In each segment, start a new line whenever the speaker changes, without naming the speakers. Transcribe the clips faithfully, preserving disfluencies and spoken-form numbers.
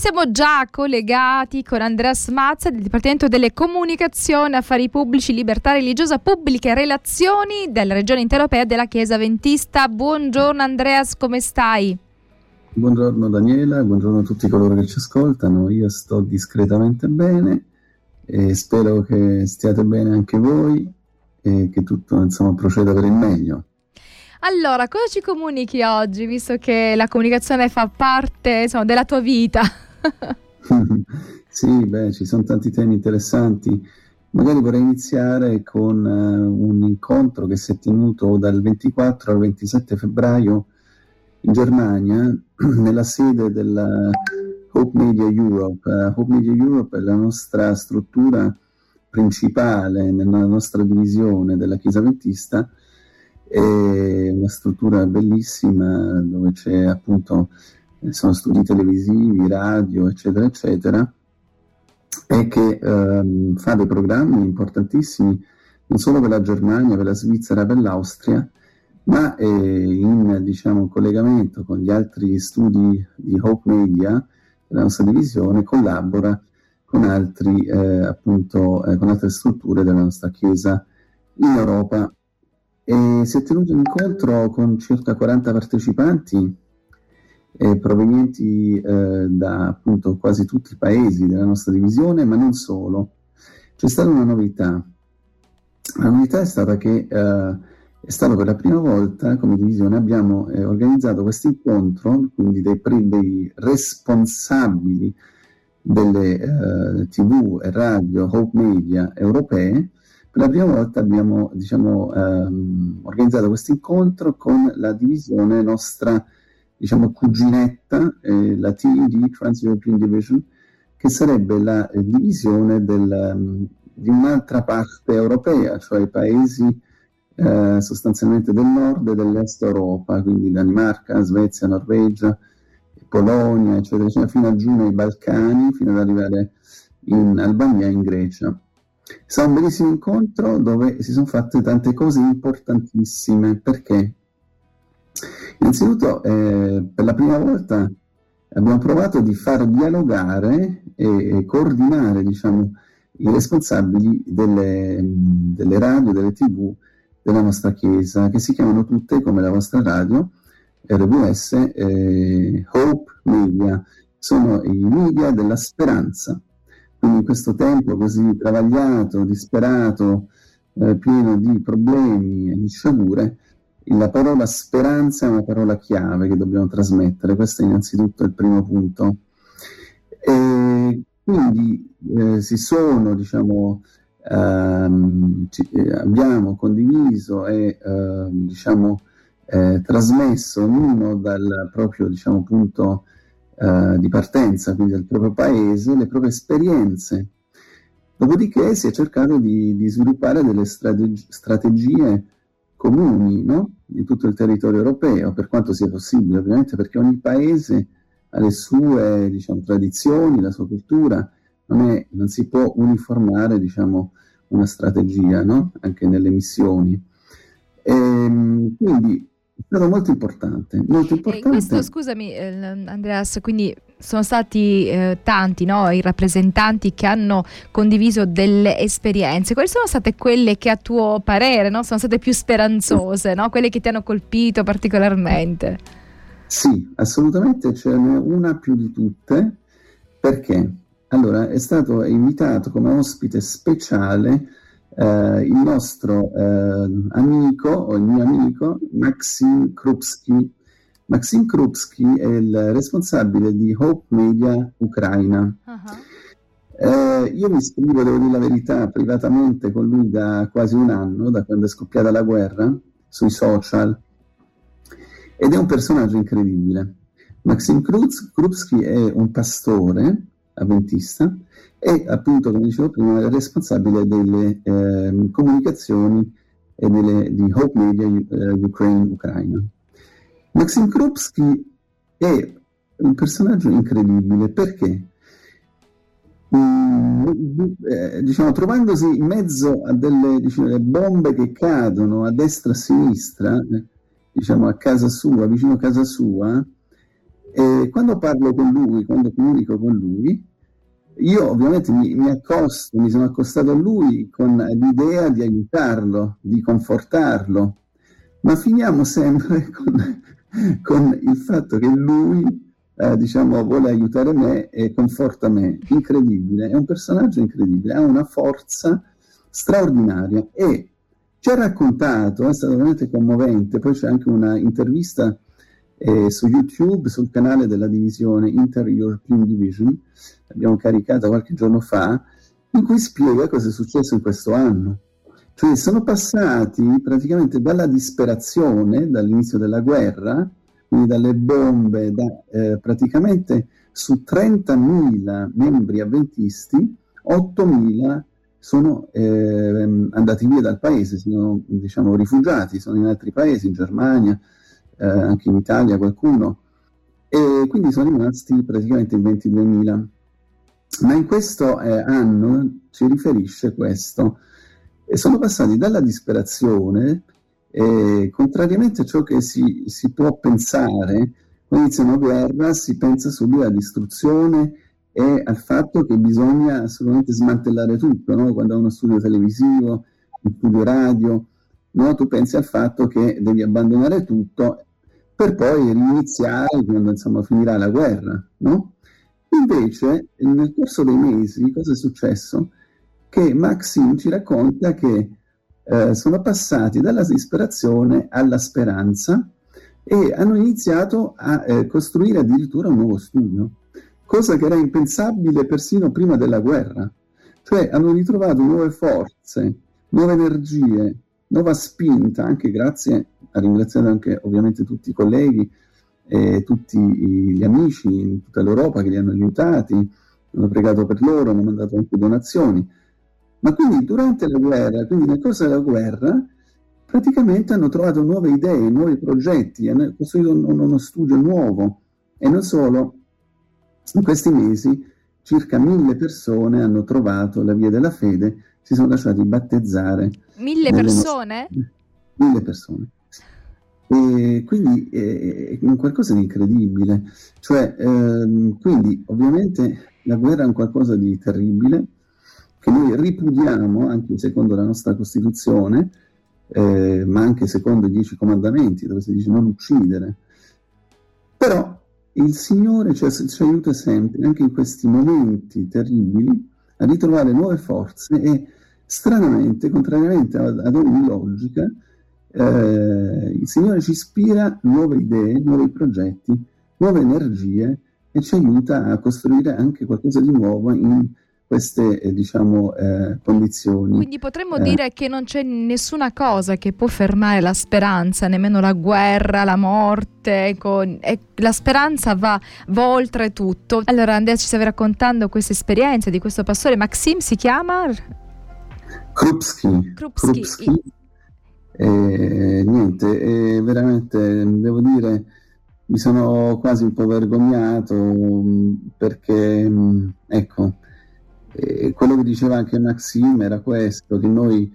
siamo già collegati con Andreas Mazza del Dipartimento delle Comunicazioni, Affari Pubblici, Libertà Religiosa, Pubbliche Relazioni della Regione Intereuropea della Chiesa Adventista. Buongiorno Andreas, come stai?
Buongiorno Daniela, buongiorno a tutti coloro che ci ascoltano. Io sto discretamente bene e spero che stiate bene anche voi e che tutto insomma proceda per il meglio.
Allora, cosa ci comunichi oggi, visto che la comunicazione fa parte, insomma, della tua vita?
Sì, beh, ci sono tanti temi interessanti. Magari vorrei iniziare con uh, un incontro che si è tenuto dal ventiquattro al ventisette febbraio in Germania, nella sede della Hope Media Europe. Uh, Hope Media Europe è la nostra struttura principale nella nostra divisione della Chiesa Adventista. È una struttura bellissima dove c'è appunto sono studi televisivi, radio, eccetera, eccetera, e che ehm, fa dei programmi importantissimi non solo per la Germania, per la Svizzera, per l'Austria, ma è in diciamo collegamento con gli altri studi di Hope Media, la nostra divisione collabora con altri eh, appunto eh, con altre strutture della nostra Chiesa in Europa. E si è tenuto un incontro con circa quaranta partecipanti eh, provenienti eh, da appunto quasi tutti i paesi della nostra divisione, ma non solo. C'è stata una novità. La novità è stata che eh, è stato per la prima volta come divisione abbiamo eh, organizzato questo incontro, quindi dei, dei responsabili delle eh, tivù e radio Hope Media europee. Per la prima volta abbiamo diciamo, ehm, organizzato questo incontro con la divisione nostra, diciamo, cuginetta, eh, la T E D, Trans-European Division, che sarebbe la eh, divisione del, um, di un'altra parte europea, cioè i paesi eh, sostanzialmente del nord e dell'est Europa, quindi Danimarca, Svezia, Norvegia, Polonia, eccetera, eccetera, fino a giù nei Balcani, fino ad arrivare in Albania e in Grecia. È stato un bellissimo incontro dove si sono fatte tante cose importantissime. Perché? Innanzitutto, eh, per la prima volta abbiamo provato di far dialogare e, e coordinare, diciamo, i responsabili delle, delle radio, delle tivù della nostra Chiesa, che si chiamano tutte, come la vostra radio, R W S, eh, Hope Media, sono i media della speranza. Quindi in questo tempo così travagliato, disperato, eh, pieno di problemi e di sciagure, la parola speranza è una parola chiave che dobbiamo trasmettere. Questo è innanzitutto il primo punto. E quindi eh, si sono, diciamo, ehm, ci, eh, abbiamo condiviso e eh, diciamo, eh, trasmesso ognuno dal proprio diciamo, punto Uh, di partenza, quindi del proprio paese, le proprie esperienze. Dopodiché si è cercato di, di sviluppare delle strateg- strategie comuni, no? In tutto il territorio europeo, per quanto sia possibile, ovviamente, perché ogni paese ha le sue diciamo, tradizioni, la sua cultura, non, è, non si può uniformare diciamo, una strategia, no? Anche nelle missioni. E, quindi è stato molto importante, molto importante.
E questo, scusami eh, Andreas, quindi sono stati eh, tanti no, i rappresentanti che hanno condiviso delle esperienze. Quali sono state quelle che a tuo parere no, sono state più speranzose, no? Quelle che ti hanno colpito particolarmente?
Sì, assolutamente, ce n'è una più di tutte. Perché? Allora, è stato invitato come ospite speciale Uh, il nostro uh, amico, o il mio amico, Maxim Krupski. Maxim Krupski è il responsabile di Hope Media Ucraina. Uh-huh. Uh, io mi scrivo, devo dire la verità, privatamente con lui da quasi un anno, da quando è scoppiata la guerra, sui social, ed è un personaggio incredibile. Maxim Krupski è un pastore avventista e appunto, come dicevo prima, è responsabile delle eh, comunicazioni e delle, di Hope Media eh, Ukraine Ucraina. Maxim Krupski è un personaggio incredibile perché mm, eh, diciamo, trovandosi in mezzo a delle, diciamo, delle bombe che cadono a destra e a sinistra, eh, diciamo a casa sua, vicino a casa sua, E quando parlo con lui, quando comunico con lui, io ovviamente mi, mi accosto, mi sono accostato a lui con l'idea di aiutarlo, di confortarlo, ma finiamo sempre con, con il fatto che lui, eh, diciamo, vuole aiutare me e conforta me. Incredibile, è un personaggio incredibile, ha una forza straordinaria e ci ha raccontato, è stato veramente commovente, poi c'è anche una intervista eh, su YouTube, sul canale della divisione Inter-European Division, l'abbiamo caricata qualche giorno fa, in cui spiega cosa è successo in questo anno. Cioè sono passati praticamente dalla disperazione, dall'inizio della guerra, quindi dalle bombe, da, eh, praticamente su trentamila membri avventisti, ottomila sono eh, andati via dal paese, sono diciamo rifugiati, sono in altri paesi, in Germania, eh, anche in Italia qualcuno, e quindi sono rimasti praticamente in ventiduemila. Ma in questo eh, anno ci riferisce questo, e sono passati dalla disperazione, eh, contrariamente a ciò che si, si può pensare, quando inizia una guerra si pensa subito alla distruzione e al fatto che bisogna assolutamente smantellare tutto, no? Quando hai uno studio televisivo, un studio radio, no? Tu pensi al fatto che devi abbandonare tutto per poi riniziare quando insomma finirà la guerra, no? Invece, nel corso dei mesi, cosa è successo? Che Maxime ci racconta che eh, sono passati dalla disperazione alla speranza e hanno iniziato a eh, costruire addirittura un nuovo studio, cosa che era impensabile persino prima della guerra. Cioè hanno ritrovato nuove forze, nuove energie, nuova spinta, anche grazie, a ringraziare anche ovviamente tutti i colleghi, e tutti gli amici in tutta l'Europa che li hanno aiutati, hanno pregato per loro, hanno mandato anche donazioni. Ma quindi durante la guerra, quindi nel corso della guerra, praticamente hanno trovato nuove idee, nuovi progetti, hanno costruito un, uno studio nuovo e non solo, in questi mesi circa mille persone hanno trovato la via della fede, si sono lasciati battezzare.
Mille persone?
Nostre... Mille persone. E quindi è qualcosa di incredibile, cioè ehm, quindi ovviamente la guerra è un qualcosa di terribile che noi ripudiamo anche secondo la nostra Costituzione, eh, ma anche secondo i dieci comandamenti dove si dice non uccidere, però il Signore ci, ci aiuta sempre anche in questi momenti terribili a ritrovare nuove forze e stranamente, contrariamente ad, ad ogni logica, Eh, il Signore ci ispira nuove idee, nuovi progetti, nuove energie e ci aiuta a costruire anche qualcosa di nuovo in queste eh, diciamo eh, condizioni.
Quindi potremmo
eh.
dire che non c'è nessuna cosa che può fermare la speranza, nemmeno la guerra, la morte, con... e la speranza va, va oltre tutto. Allora Andrea ci stavi raccontando questa esperienza di questo pastore, Maxime si chiama?
Krupski.
Krupski.
Krupski. E niente, e veramente devo dire mi sono quasi un po' vergognato perché ecco eh, quello che diceva anche Maxime era questo, che noi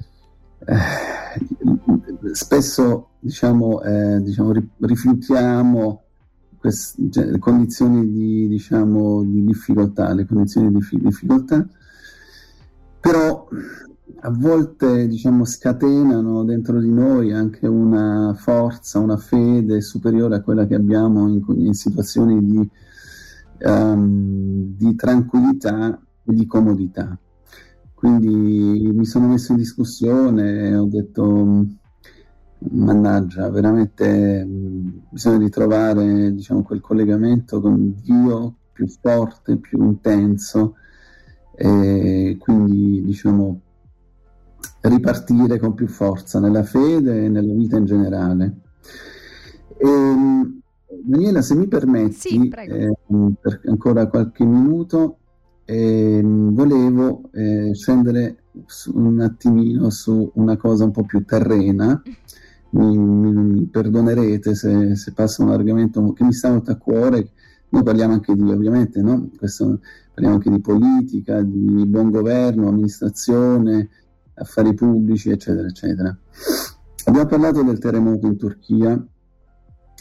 eh, spesso diciamo, eh, diciamo rifiutiamo queste cioè, condizioni di, diciamo, di difficoltà, le condizioni di difficoltà, però a volte diciamo scatenano dentro di noi anche una forza, una fede superiore a quella che abbiamo in, in situazioni di, um, di tranquillità e di comodità. Quindi mi sono messo in discussione e ho detto mannaggia, veramente mh, bisogna ritrovare diciamo, quel collegamento con Dio più forte, più intenso, e quindi diciamo ripartire con più forza nella fede e nella vita in generale. E, Daniela, se mi permetti,
sì,
eh, per ancora qualche minuto, eh, volevo eh, scendere su, un attimino su una cosa un po' più terrena. Mi, mi, mi perdonerete se, se passa un argomento che mi sta molto a cuore. Noi parliamo anche di, ovviamente, no? Questo, parliamo anche di politica, di buon governo, amministrazione, affari pubblici, eccetera, eccetera. Abbiamo parlato del terremoto in Turchia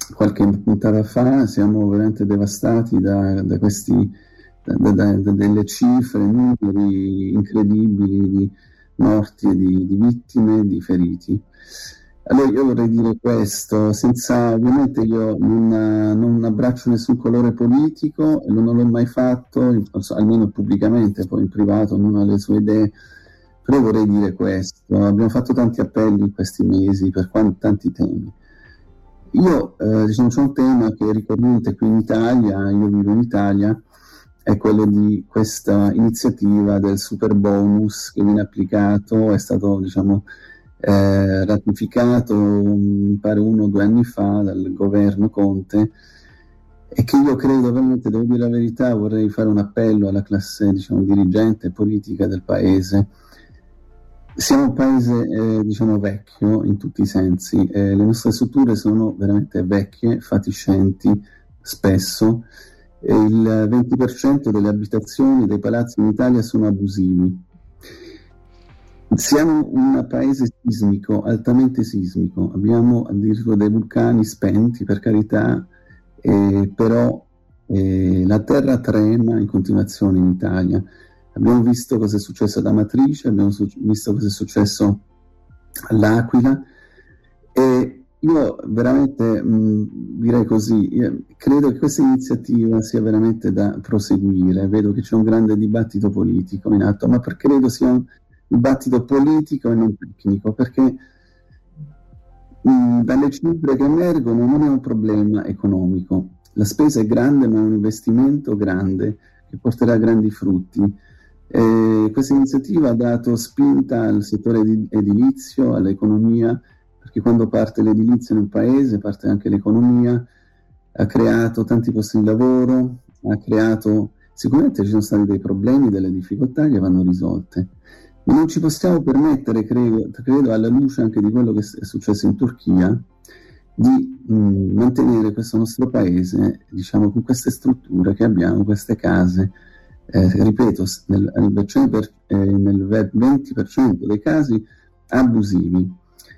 qualche puntata fa, siamo veramente devastati da, da questi, da, da, da delle cifre, numeri incredibili di morti e di, di vittime e di feriti. Allora io vorrei dire questo, senza ovviamente io non, non abbraccio nessun colore politico, e non l'ho mai fatto, almeno pubblicamente, poi in privato ognuno ha le sue idee, però vorrei dire questo, abbiamo fatto tanti appelli in questi mesi per quanti, tanti temi. Io, eh, diciamo, c'è un tema che è ricorrente qui in Italia, io vivo in Italia, è quello di questa iniziativa del super bonus che viene applicato, è stato, diciamo, eh, ratificato, mi pare uno o due anni fa dal governo Conte, e che io credo veramente, devo dire la verità, vorrei fare un appello alla classe, diciamo, dirigente e politica del paese. Siamo un paese, eh, diciamo, vecchio in tutti i sensi, eh, le nostre strutture sono veramente vecchie, fatiscenti, spesso, e il venti per cento delle abitazioni, dei palazzi in Italia sono abusivi. Siamo un paese sismico, altamente sismico, abbiamo addirittura dei vulcani spenti, per carità, eh, però eh, la terra trema in continuazione in Italia. Abbiamo visto cosa è successo ad Amatrice, abbiamo su- visto cosa è successo all'Aquila, e io veramente mh, direi così, io credo che questa iniziativa sia veramente da proseguire. Vedo che c'è un grande dibattito politico in atto, ma per- credo sia un dibattito politico e non tecnico, perché mh, dalle cifre che emergono non è un problema economico. La spesa è grande, ma è un investimento grande che porterà grandi frutti. Eh, questa iniziativa ha dato spinta al settore edi- edilizio, all'economia, perché quando parte l'edilizia in un paese parte anche l'economia, ha creato tanti posti di lavoro, ha creato, sicuramente ci sono stati dei problemi, delle difficoltà che vanno risolte, ma non ci possiamo permettere, credo, credo alla luce anche di quello che è successo in Turchia, di mh, mantenere questo nostro paese, diciamo, con queste strutture che abbiamo, queste case. Eh, ripeto, nel, nel, eh, nel venti per cento dei casi abusivi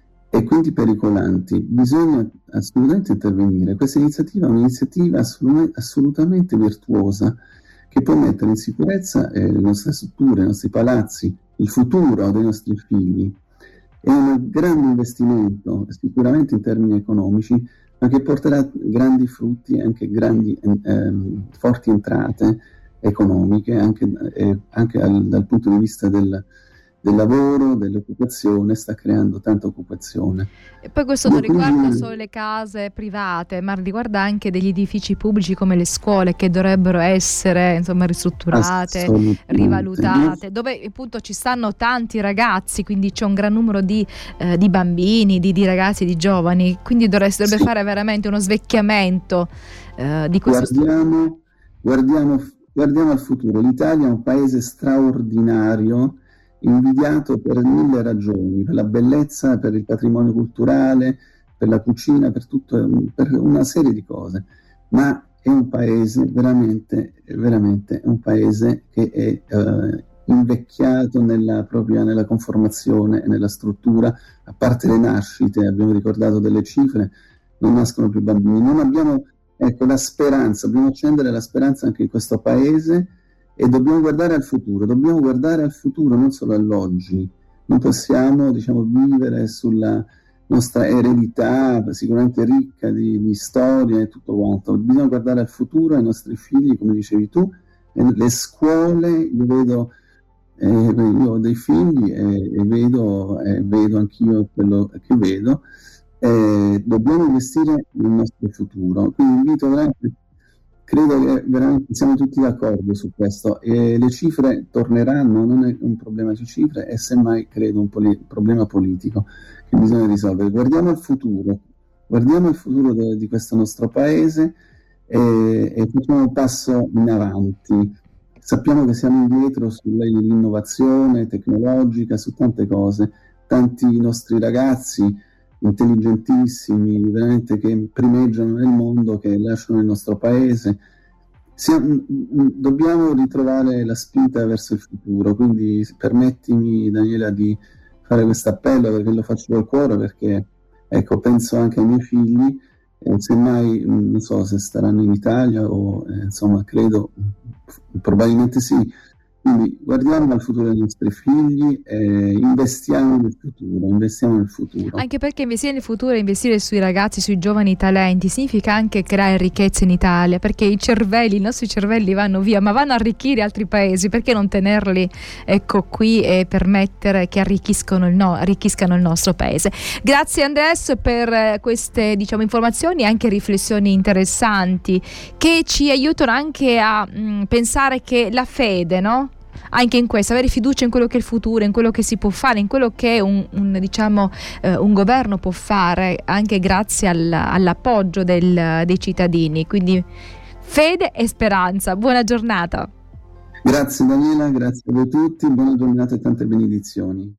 e quindi pericolanti. Bisogna assolutamente intervenire. Questa iniziativa è un'iniziativa assolut- assolutamente virtuosa, che può mettere in sicurezza eh, le nostre strutture, i nostri palazzi, il futuro dei nostri figli. È un grande investimento, sicuramente in termini economici, ma che porterà grandi frutti e anche grandi, ehm, forti entrate economiche, anche, eh, anche al, dal punto di vista del, del lavoro, dell'occupazione, sta creando tanta occupazione.
E poi questo non riguarda solo le case private, ma riguarda anche degli edifici pubblici come le scuole, che dovrebbero essere, insomma, ristrutturate, rivalutate, dove appunto ci stanno tanti ragazzi, quindi c'è un gran numero di, eh, di bambini, di, di ragazzi, di giovani, quindi dovrebbe, dovrebbe sì. fare veramente uno svecchiamento eh, di questo.
Guardiamo, guardiamo, guardiamo al futuro. L'Italia è un paese straordinario, invidiato per mille ragioni, per la bellezza, per il patrimonio culturale, per la cucina, per, tutto, per una serie di cose, ma è un paese veramente, veramente un paese che è eh, invecchiato nella propria nella conformazione e nella struttura, a parte le nascite, abbiamo ricordato delle cifre, non nascono più bambini, non abbiamo, ecco, la speranza, dobbiamo accendere la speranza anche in questo paese. E dobbiamo guardare al futuro, dobbiamo guardare al futuro, non solo all'oggi. Non possiamo, diciamo, vivere sulla nostra eredità, sicuramente ricca di, di storia e tutto quanto. Bisogna guardare al futuro, ai nostri figli, come dicevi tu, e le scuole, io vedo, eh, io ho dei figli e, e vedo, eh, vedo anch'io quello che vedo, eh, dobbiamo investire nel nostro futuro. Quindi invito veramente... Credo che veramente siamo tutti d'accordo su questo, e le cifre torneranno, non è un problema di cifre, è semmai credo un poli- problema politico che bisogna risolvere. Guardiamo al futuro, guardiamo al futuro de- di questo nostro paese e, e facciamo un passo in avanti. Sappiamo che siamo indietro sull'innovazione tecnologica, su tante cose, tanti nostri ragazzi intelligentissimi, veramente, che primeggiano nel mondo, che lasciano il nostro paese. Siamo, dobbiamo ritrovare la spinta verso il futuro, quindi permettimi, Daniela, di fare questo appello, perché lo faccio col cuore, perché ecco, penso anche ai miei figli e semmai mh, non so se staranno in Italia o eh, insomma credo, mh, probabilmente sì. Quindi guardiamo al futuro dei nostri figli e investiamo nel futuro, investiamo nel futuro.
Anche perché investire nel futuro, investire sui ragazzi, sui giovani talenti, significa anche creare ricchezza in Italia, perché i cervelli, i nostri cervelli vanno via, ma vanno a arricchire altri paesi, perché non tenerli, ecco, qui e permettere che arricchiscano il, no, arricchiscano il nostro paese. Grazie Andreas per queste, diciamo, informazioni e anche riflessioni interessanti che ci aiutano anche a mh, pensare che la fede, no? Anche in questo, avere fiducia in quello che è il futuro, in quello che si può fare, in quello che un, un, diciamo, eh, un governo può fare, anche grazie al, all'appoggio del, dei cittadini. Quindi fede e speranza. Buona giornata.
Grazie Daniela, grazie a voi tutti, buona giornata e tante benedizioni.